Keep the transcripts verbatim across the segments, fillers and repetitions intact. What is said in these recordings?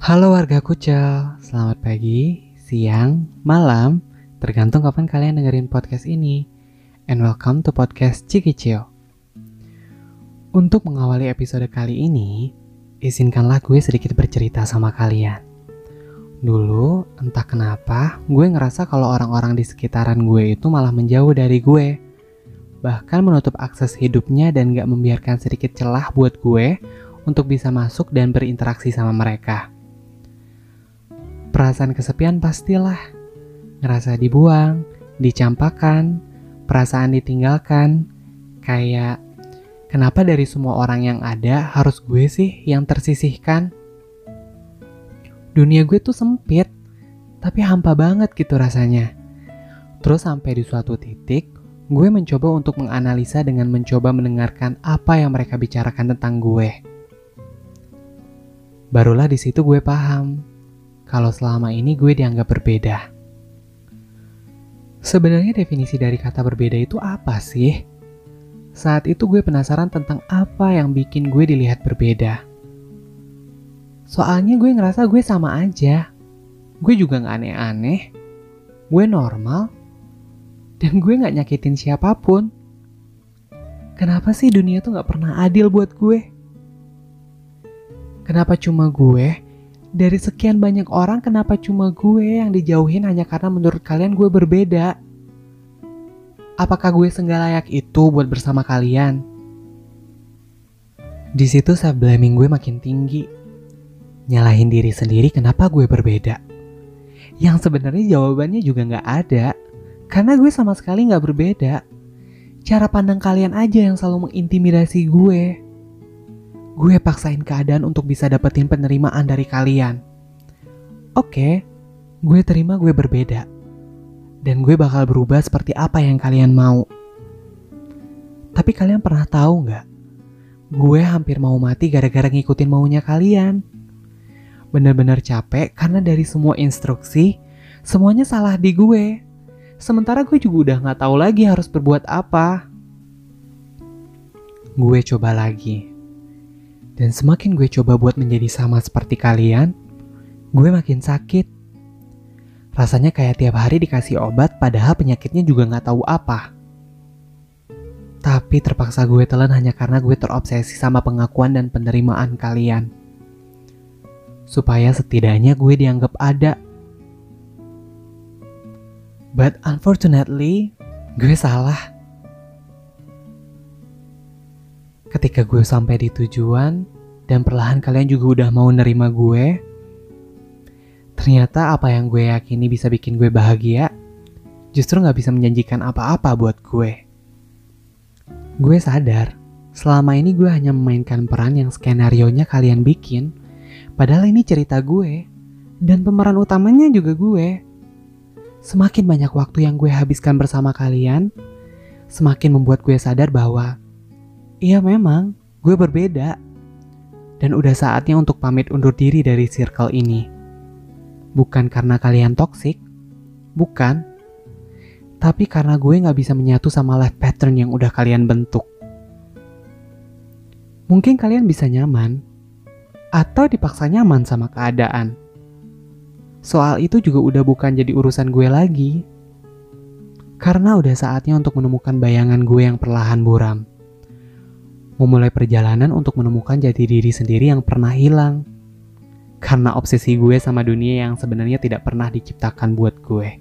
Halo warga Kucel, selamat pagi, siang, malam, tergantung kapan kalian dengerin podcast ini. And welcome to podcast Cikicil. Untuk mengawali episode kali ini, izinkanlah gue sedikit bercerita sama kalian. Dulu, entah kenapa, gue ngerasa kalau orang-orang di sekitaran gue itu malah menjauh dari gue. Bahkan menutup akses hidupnya dan gak membiarkan sedikit celah buat gue untuk bisa masuk dan berinteraksi sama mereka. Perasaan kesepian pastilah, ngerasa dibuang, dicampakan, perasaan ditinggalkan, kayak kenapa dari semua orang yang ada harus gue sih yang tersisihkan? Dunia gue tuh sempit, tapi hampa banget gitu rasanya. Terus sampai di suatu titik, gue mencoba untuk menganalisa dengan mencoba mendengarkan apa yang mereka bicarakan tentang gue. Barulah di situ gue paham kalau selama ini gue dianggap berbeda. Sebenarnya definisi dari kata berbeda itu apa sih? Saat itu gue penasaran tentang apa yang bikin gue dilihat berbeda. Soalnya gue ngerasa gue sama aja. Gue juga gak aneh-aneh. Gue normal. Dan gue gak nyakitin siapapun. Kenapa sih dunia tuh gak pernah adil buat gue? Kenapa cuma gue? Dari sekian banyak orang, kenapa cuma gue yang dijauhin hanya karena menurut kalian gue berbeda? Apakah gue senggak layak itu buat bersama kalian? Di situ self blaming gue makin tinggi. Nyalahin diri sendiri kenapa gue berbeda. Yang sebenarnya jawabannya juga gak ada. Karena gue sama sekali gak berbeda. Cara pandang kalian aja yang selalu mengintimidasi gue. Gue paksain keadaan untuk bisa dapetin penerimaan dari kalian. Oke, gue terima gue berbeda. Dan gue bakal berubah seperti apa yang kalian mau. Tapi kalian pernah tahu gak? Gue hampir mau mati gara-gara ngikutin maunya kalian. Bener-bener capek karena dari semua instruksi, semuanya salah di gue. Sementara gue juga udah gak tahu lagi harus berbuat apa. Gue coba lagi. Dan semakin gue coba buat menjadi sama seperti kalian, gue makin sakit. Rasanya kayak tiap hari dikasih obat padahal penyakitnya juga gak tahu apa. Tapi terpaksa gue telan hanya karena gue terobsesi sama pengakuan dan penerimaan kalian. Supaya setidaknya gue dianggap ada. But unfortunately, gue salah. Ketika gue sampai di tujuan dan perlahan kalian juga udah mau nerima gue, ternyata apa yang gue yakini bisa bikin gue bahagia justru gak bisa menjanjikan apa-apa buat gue. Gue sadar, selama ini gue hanya memainkan peran yang skenarionya kalian bikin, padahal ini cerita gue, dan pemeran utamanya juga gue. Semakin banyak waktu yang gue habiskan bersama kalian, semakin membuat gue sadar bahwa iya memang, gue berbeda. Dan udah saatnya untuk pamit undur diri dari circle ini. Bukan karena kalian toksik, bukan. Tapi karena gue gak bisa menyatu sama life pattern yang udah kalian bentuk. Mungkin kalian bisa nyaman, atau dipaksa nyaman sama keadaan. Soal itu juga udah bukan jadi urusan gue lagi. Karena udah saatnya untuk menemukan bayangan gue yang perlahan buram. Memulai perjalanan untuk menemukan jati diri sendiri yang pernah hilang. Karena obsesi gue sama dunia yang sebenarnya tidak pernah diciptakan buat gue.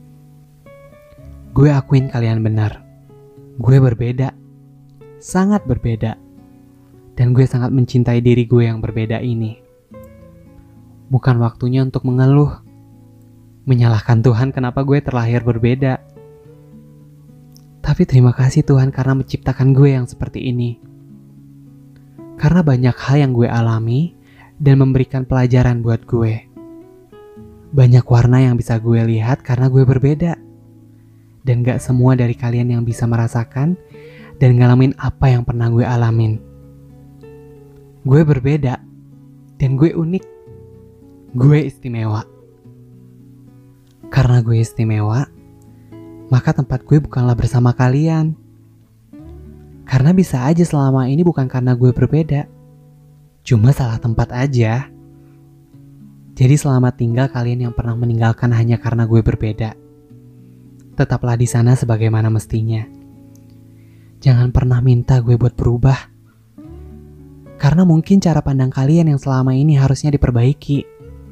Gue akuin kalian benar. Gue berbeda. Sangat berbeda. Dan gue sangat mencintai diri gue yang berbeda ini. Bukan waktunya untuk mengeluh. Menyalahkan Tuhan kenapa gue terlahir berbeda. Tapi terima kasih Tuhan karena menciptakan gue yang seperti ini. Karena banyak hal yang gue alami dan memberikan pelajaran buat gue. Banyak warna yang bisa gue lihat karena gue berbeda. Dan gak semua dari kalian yang bisa merasakan dan ngalamin apa yang pernah gue alamin. Gue berbeda dan gue unik. Gue istimewa. Karena gue istimewa, maka tempat gue bukanlah bersama kalian. Karena bisa aja selama ini bukan karena gue berbeda. Cuma salah tempat aja. Jadi selamat tinggal kalian yang pernah meninggalkan hanya karena gue berbeda. Tetaplah di sana sebagaimana mestinya. Jangan pernah minta gue buat berubah. Karena mungkin cara pandang kalian yang selama ini harusnya diperbaiki.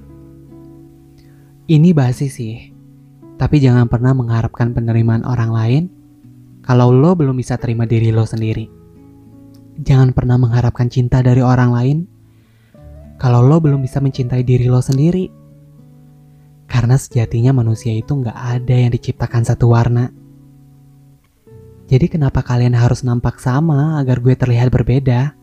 Ini basi sih. Tapi jangan pernah mengharapkan penerimaan orang lain kalau lo belum bisa terima diri lo sendiri. Jangan pernah mengharapkan cinta dari orang lain kalau lo belum bisa mencintai diri lo sendiri. Karena sejatinya manusia itu gak ada yang diciptakan satu warna. Jadi kenapa kalian harus nampak sama agar gue terlihat berbeda?